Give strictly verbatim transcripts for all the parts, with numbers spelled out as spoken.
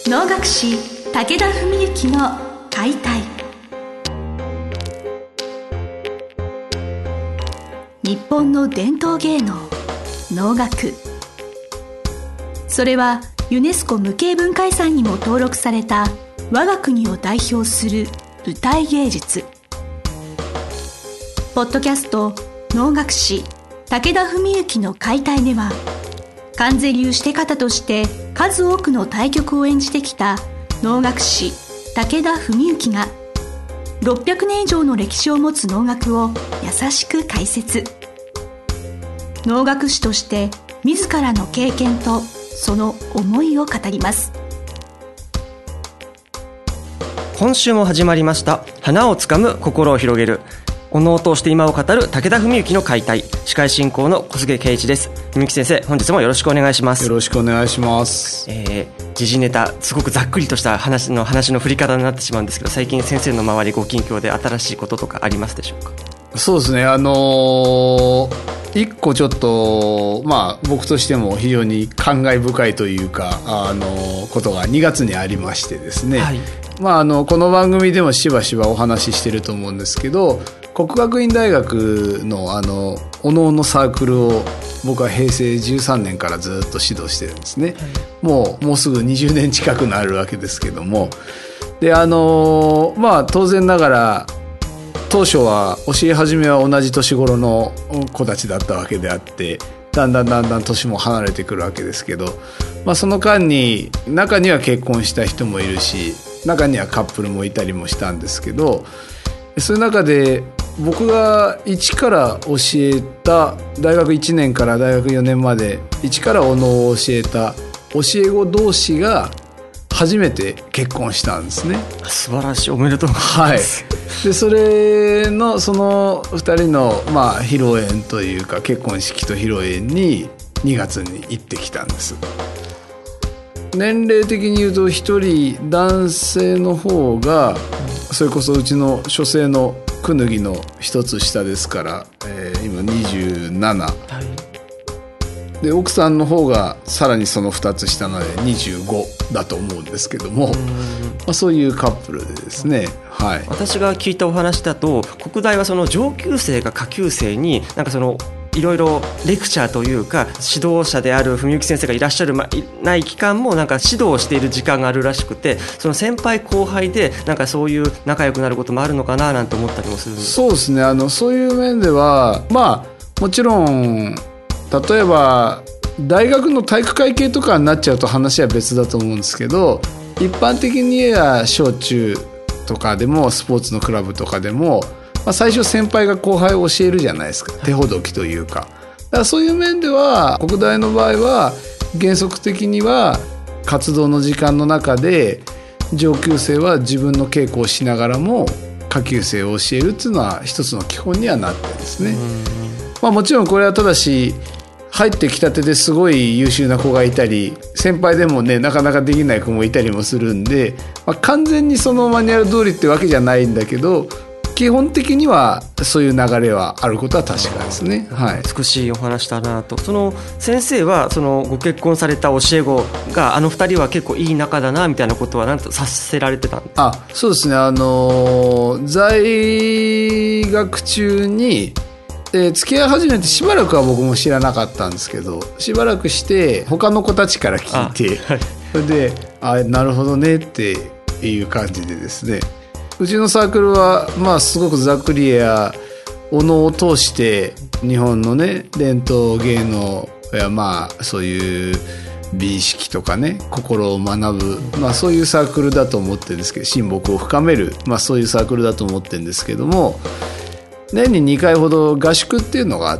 能楽師武田文幸の解体。日本の伝統芸能能楽、それはユネスコ無形文化遺産にも登録された我が国を代表する舞台芸術。ポッドキャスト能楽師武田文幸の解体では、観世流して方として数多くの大曲を演じてきた能楽師武田文幸がろっぴゃくねん以上の歴史を持つ能楽を優しく解説。能楽師として自らの経験とその思いを語ります。 今週も始まりました花をつかむ心を広げる、お能を通して今を語る武田文幸の解体。司会進行の小菅圭一です。文幸先生、本日もよろしくお願いします。 よろしくお願いします。 えー、時事ネタ、すごくざっくりとした話の話の振り方になってしまうんですけど、最近先生の周りご近況で新しいこととかありますでしょうか？ そうですね、あのー、一個ちょっとまあ僕としても非常に感慨深いというか、あのー、ことがにがつにありましてですね、はい、まあ、あのこの番組でもしばしばお話ししてると思うんですけど、國學院大学のあのお能のサークルを僕はへいせいじゅうさんねんからずっと指導してるんですね、はい、もうもうすぐにじゅうねん近くなるわけですけども、であのまあ当然ながら当初は教え始めは同じ年頃の子たちだったわけであって、だんだんだんだん年も離れてくるわけですけど、まあ、その間に中には結婚した人もいるし、中にはカップルもいたりもしたんですけど、そういう中で僕が一から教えた、大学いちねんから大学よねんまで一からお能を教えた教え子同士が初めて結婚したんですね。 素晴らしい、おめでとうございます、 はい、でそれのそのふたりの、まあ、披露宴というか結婚式と披露宴ににがつに行ってきたんです。年齢的に言うとひとり男性の方がそれこそうちの書生のくぬぎの一つ下ですから、えー、今にじゅうなな、はい、で奥さんの方がさらにそのふたつ下なのでにじゅうごだと思うんですけども、まあ、そういうカップルでですね、はい、 私が聞いたお話だと、国大はその上級生が下級生になんかそのいろいろレクチャーというか、指導者である文幸先生がいらっしゃるない期間もなんか指導をしている時間があるらしくて、その先輩後輩でなんかそういう仲良くなることもあるのかななんて思ったりもするんです。 そうですね、あのそういう面ではまあもちろん例えば大学の体育会系とかになっちゃうと話は別だと思うんですけど、一般的に言えば小中とかでもスポーツのクラブとかでも、まあ、最初先輩が後輩を教えるじゃないですか、手ほどきというか。だからそういう面では国大の場合は原則的には活動の時間の中で上級生は自分の稽古をしながらも下級生を教えるっていうのは一つの基本にはなってるんですね。まあ、もちろんこれはただし入ってきたてですごい優秀な子がいたり、先輩でもねなかなかできない子もいたりもするんで、まあ、完全にそのマニュアル通りってわけじゃないんだけど、基本的にはそういう流れはあることは確かですね、はい、 美しいお話だなと。その先生はそのご結婚された教え子があのふたりは結構いい仲だなみたいなことは何とさせられてたんですか？ あ、そうですね、あの在学中にで付き合い始めてしばらくは僕も知らなかったんですけど、しばらくして他の子たちから聞いて、はい、それであ、なるほどねっていう感じでですね、うちのサークルはまあすごくざっくりやお能を通して日本のね伝統芸能やまあそういう美意識とかね心を学ぶ、まあ、そういうサークルだと思ってるんですけど、親睦を深める、まあ、そういうサークルだと思ってるんですけども、年ににかいほど合宿っていうのがあって、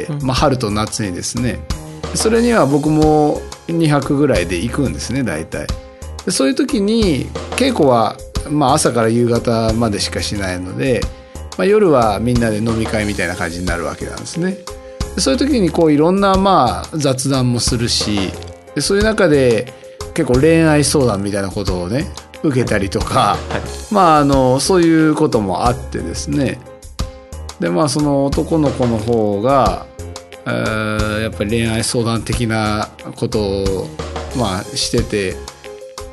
まあ、春と夏にですね、それには僕もにはくぐらいで行くんですね大体。でそういう時に稽古はまあ朝から夕方までしかしないので、まあ、夜はみんなで飲み会みたいな感じになるわけなんですね。でそういう時にこういろんなまあ雑談もするし、でそういう中で結構恋愛相談みたいなことをね受けたりとか、はいはい、まああのそういうこともあってですね、でまあその男の子の方が、えー、やっぱり恋愛相談的なことをまあしてて、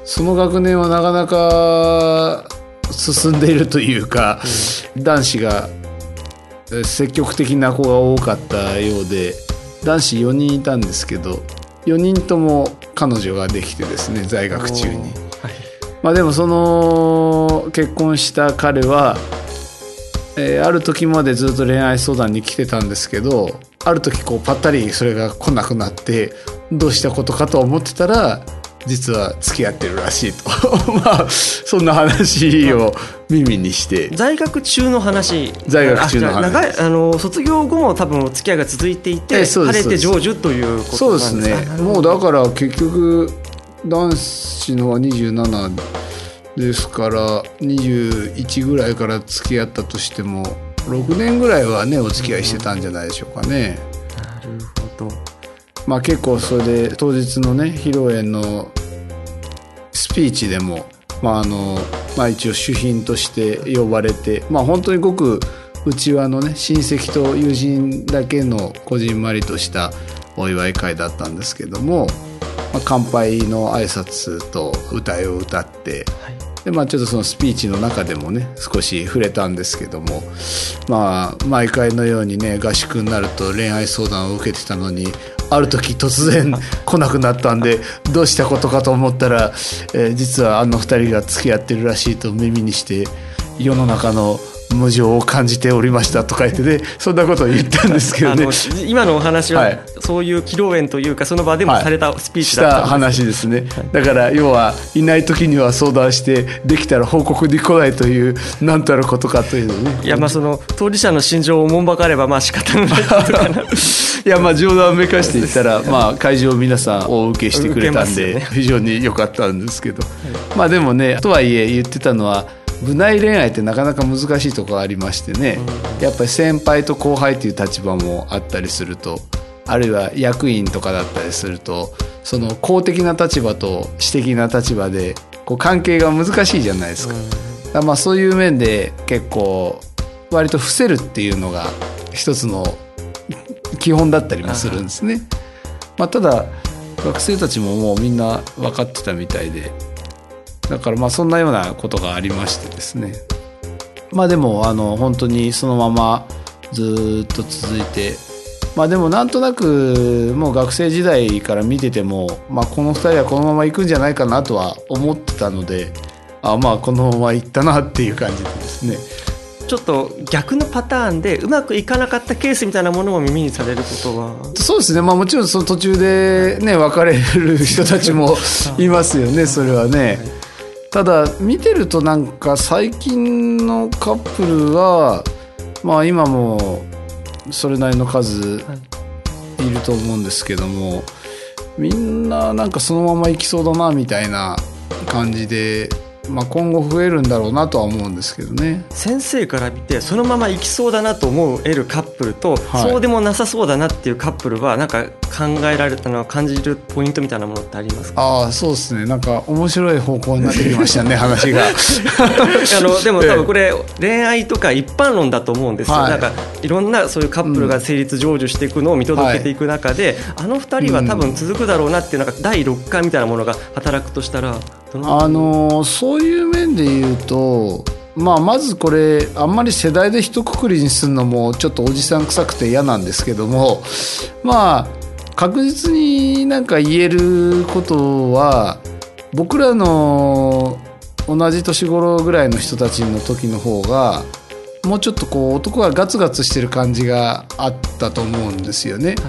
その学年はなかなか進んでいるというか、うん、男子が積極的な子が多かったようで、男子よにんいたんですけどよにんとも彼女ができてですね、在学中に、はい、まあでもその結婚した彼は、えー、ある時までずっと恋愛相談に来てたんですけど、ある時こうパッタリそれが来なくなってどうしたことかと思ってたら実は付き合ってるらしいとまあそんな話を耳にして、 在学中の話在学中の話長いあの卒業後も多分お付き合いが続いていて、晴れて成就ということなんですか。 そうですね。もうだから結局男子のはにじゅうななですからにじゅういちぐらいから付き合ったとしてもろくねんぐらいはねお付き合いしてたんじゃないでしょうかね。 なるほど。 まあ結構それで当日のね披露宴のスピーチでも、まああのまあ、一応主賓として呼ばれて、まあ本当にごく内輪のね親戚と友人だけのこじんまりとしたお祝い会だったんですけども、まあ、乾杯の挨拶と歌いを歌って、はい、でまあちょっとそのスピーチの中でもね少し触れたんですけども、まあ毎回のようにね合宿になると恋愛相談を受けてたのに、ある時突然来なくなったんでどうしたことかと思ったら、えー、実はあの二人が付き合ってるらしいと耳にして世の中の無情を感じておりましたとか言ってね、そんなことを言ったんですけどね。あの今のお話はそういう披露宴というかその場でもされたスピーチだったんです、 はい、した話ですね。だから要はいない時には相談してできたら報告に来ないという何たることかというのね。 いやまあその当事者の心情をおもんばかればまあ仕方のないことかな。いやまあ冗談めかして言ったらまあ会場皆さんお受けしてくれたんで非常に良かったんですけど、まあでもねとはいえ言ってたのは部内恋愛ってなかなか難しいところありましてね、やっぱり先輩と後輩という立場もあったりすると、あるいは役員とかだったりするとその公的な立場と私的な立場でこう関係が難しいじゃないですか。だからまあそういう面で結構割と伏せるっていうのが一つの基本だったりもするんですね。まあ、ただ学生たちももうみんな分かってたみたいで、だからまあそんなようなことがありましてですね、まあでもあの本当にそのままずっと続いて、まあでもなんとなくもう学生時代から見てても、まあ、このふたりはこのまま行くんじゃないかなとは思ってたので、あまあこのまま行ったなっていう感じでですね。 ちょっと逆のパターンでうまくいかなかったケースみたいなものも耳にされることは。 そうですね、まあ、もちろんその途中で、ね、別れる人たちもいますよねそれはね。ただ見てるとなんか最近のカップルは、まあ、今もそれなりの数いると思うんですけども、みんななんかそのままいきそうだなみたいな感じで、まあ、今後増えるんだろうなとは思うんですけどね。 先生から見てそのままいきそうだなと思えるカップルと、はい、そうでもなさそうだなっていうカップルはなんか考えられたのは感じるポイントみたいなものってありますか？ ああそうですね、なんか面白い方向になってきましたね話があのでも多分これ恋愛とか一般論だと思うんですよ、はい、なんかいろんなそういうカップルが成立成就していくのを見届けていく中で、うん、あの二人は多分続くだろうなっていうなんかだいろっかんみたいなものが働くとしたら、 あのそういう面で言うと、まあ、まずこれあんまり世代で一括りにするのもちょっとおじさん臭くて嫌なんですけども、まあ確実になんか言えることは、僕らの同じ年頃ぐらいの人たちの時の方がもうちょっとこう男がガツガツしてる感じがあったと思うんですよね、はい。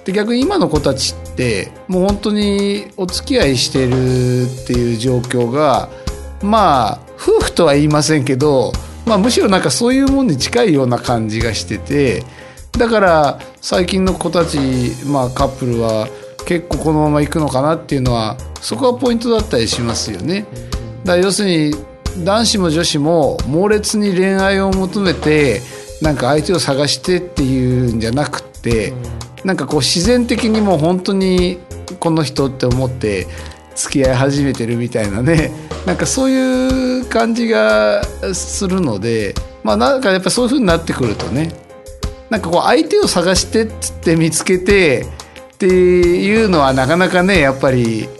で逆に今の子たちってもう本当にお付き合いしてるっていう状況が、まあ夫婦とは言いませんけど、まあ、むしろなんかそういうもんに近いような感じがしてて、だから最近の子たち、まあ、カップルは結構このまま行くのかなっていうのはそこがポイントだったりしますよね。だから要するに男子も女子も猛烈に恋愛を求めてなんか相手を探してっていうんじゃなくて、なんかこう自然的にもう本当にこの人って思って付き合い始めてるみたいなね、なんかそういう感じがするので、まあなんかやっぱそういう風になってくるとね、なんかこう相手を探してっつって見つけてっていうのはなかなかねやっぱり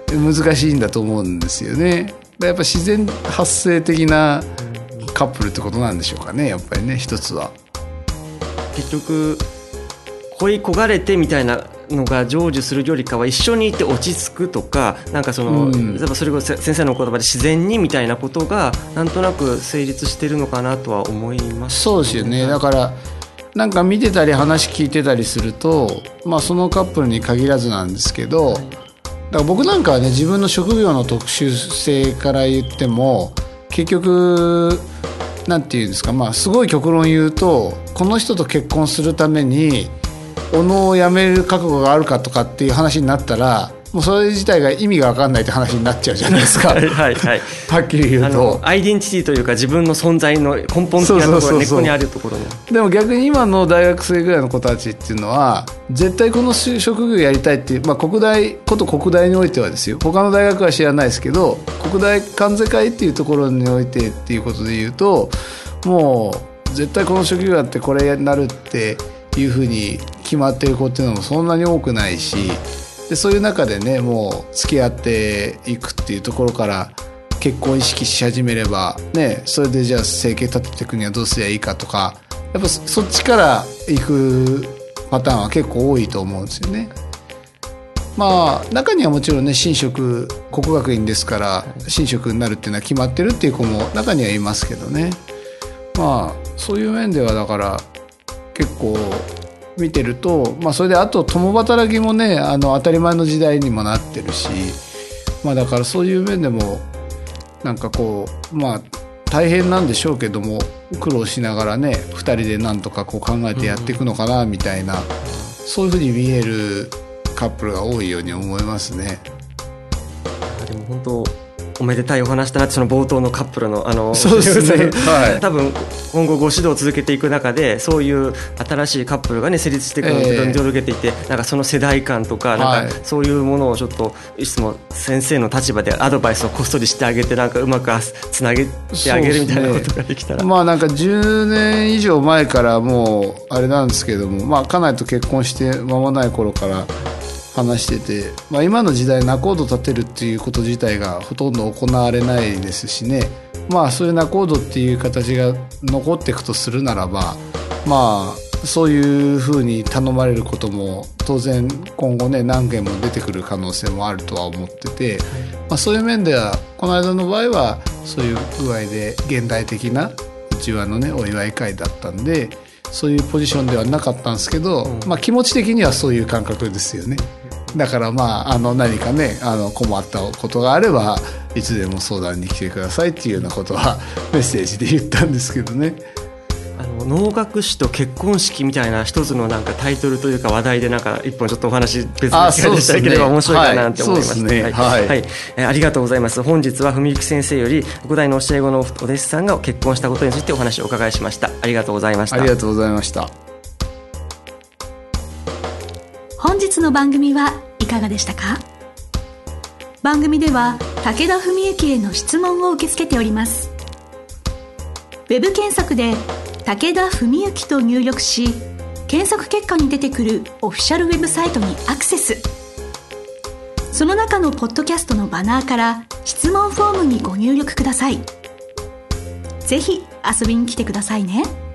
難しいんだと思うんですよね。やっぱ自然発生的なカップルってことなんでしょうかね、やっぱりね、一つは。 結局恋焦がれてみたいなのが成就するよりかは一緒にいて落ち着くとか、なんかその、うん、例えばそれこそ先生の言葉で自然にみたいなことがなんとなく成立してるのかなとは思います、ね、 そうですよね。だからなんか見てたり話聞いてたりすると、まあ、そのカップルに限らずなんですけど、はい、だから僕なんかはね、自分の職業の特殊性から言っても結局なんていうんですか、まあ、すごい極論言うと、この人と結婚するためにおのを辞める覚悟があるかとかっていう話になったら、もうそれ自体が意味が分かんないって話になっちゃうじゃないですか。はいはい、はい、はっきり言うとあのアイデンティティというか自分の存在の根本的なところ、根っこにあるところの。 でも逆に今の大学生ぐらいの子たちっていうのは絶対この職業やりたいっていう、まあ、国大こと国大においてはですよ、他の大学は知らないですけど、国大関西会っていうところにおいてっていうことで言うと、もう絶対この職業やってこれになるっていうふうに決まっている子っていうのもそんなに多くないし、でそういう中でね、もう付き合っていくっていうところから結婚意識し始めればね、それでじゃあ生計立てていくにはどうすりゃいいかとか、やっぱそっちから行くパターンは結構多いと思うんですよね。まあ中にはもちろんね、神職国学院ですから神職になるっていうのは決まってるっていう子も中にはいますけどね。まあそういう面ではだから結構見てると、まあ、それであと共働きもね、あの当たり前の時代にもなってるし、まあ、だからそういう面でもなんかこう、まあ大変なんでしょうけども、苦労しながらねふたりでなんとかこう考えてやっていくのかなみたいな、うん、そういうふうに見えるカップルが多いように思いますね。 でも本当おめでたいお話だなって、その冒頭のカップルのあのそうですね、はい、 多分今後ご指導を続けていく中でそういう新しいカップルがね成立していくのを見届けていて、えー、なんかその世代間とか、なんかそういうものをちょっといつも先生の立場でアドバイスをこっそりしてあげて、なんかうまくつなげてあげるみたいなことができたら、 ね、まあなんかじゅうねん以上前からもうあれなんですけども、まあ家内と結婚して間もない頃から話してて、まあ、今の時代仲人立てるっていうこと自体がほとんど行われないですしね、まあそういう仲人っていう形が残っていくとするならば、まあそういうふうに頼まれることも当然今後ね何件も出てくる可能性もあるとは思ってて、まあ、そういう面ではこの間の場合はそういう具合で現代的な内輪のねお祝い会だったんで、そういうポジションではなかったんですけど、まあ、気持ち的にはそういう感覚ですよね。だからまあ、あの何かねあの困ったことがあればいつでも相談に来てくださいっていうようなことはメッセージで言ったんですけどね。 あの能楽師と結婚式みたいな一つのなんかタイトルというか話題でなんか一本ちょっとお話別の機会でしたければ面白いかなって思いました。はい、はいはいえー、ありがとうございます。本日は文幸先生より国大の教え子のお弟子さんが結婚したことについてお話をお伺いしました。ありがとうございました。 ありがとうございました。 本日の番組はいかがでしたか？番組では武田文幸への質問を受け付けております。ウェブ検索で武田文幸と入力し、検索結果に出てくるオフィシャルウェブサイトにアクセス。その中のポッドキャストのバナーから質問フォームにご入力ください。ぜひ遊びに来てくださいね。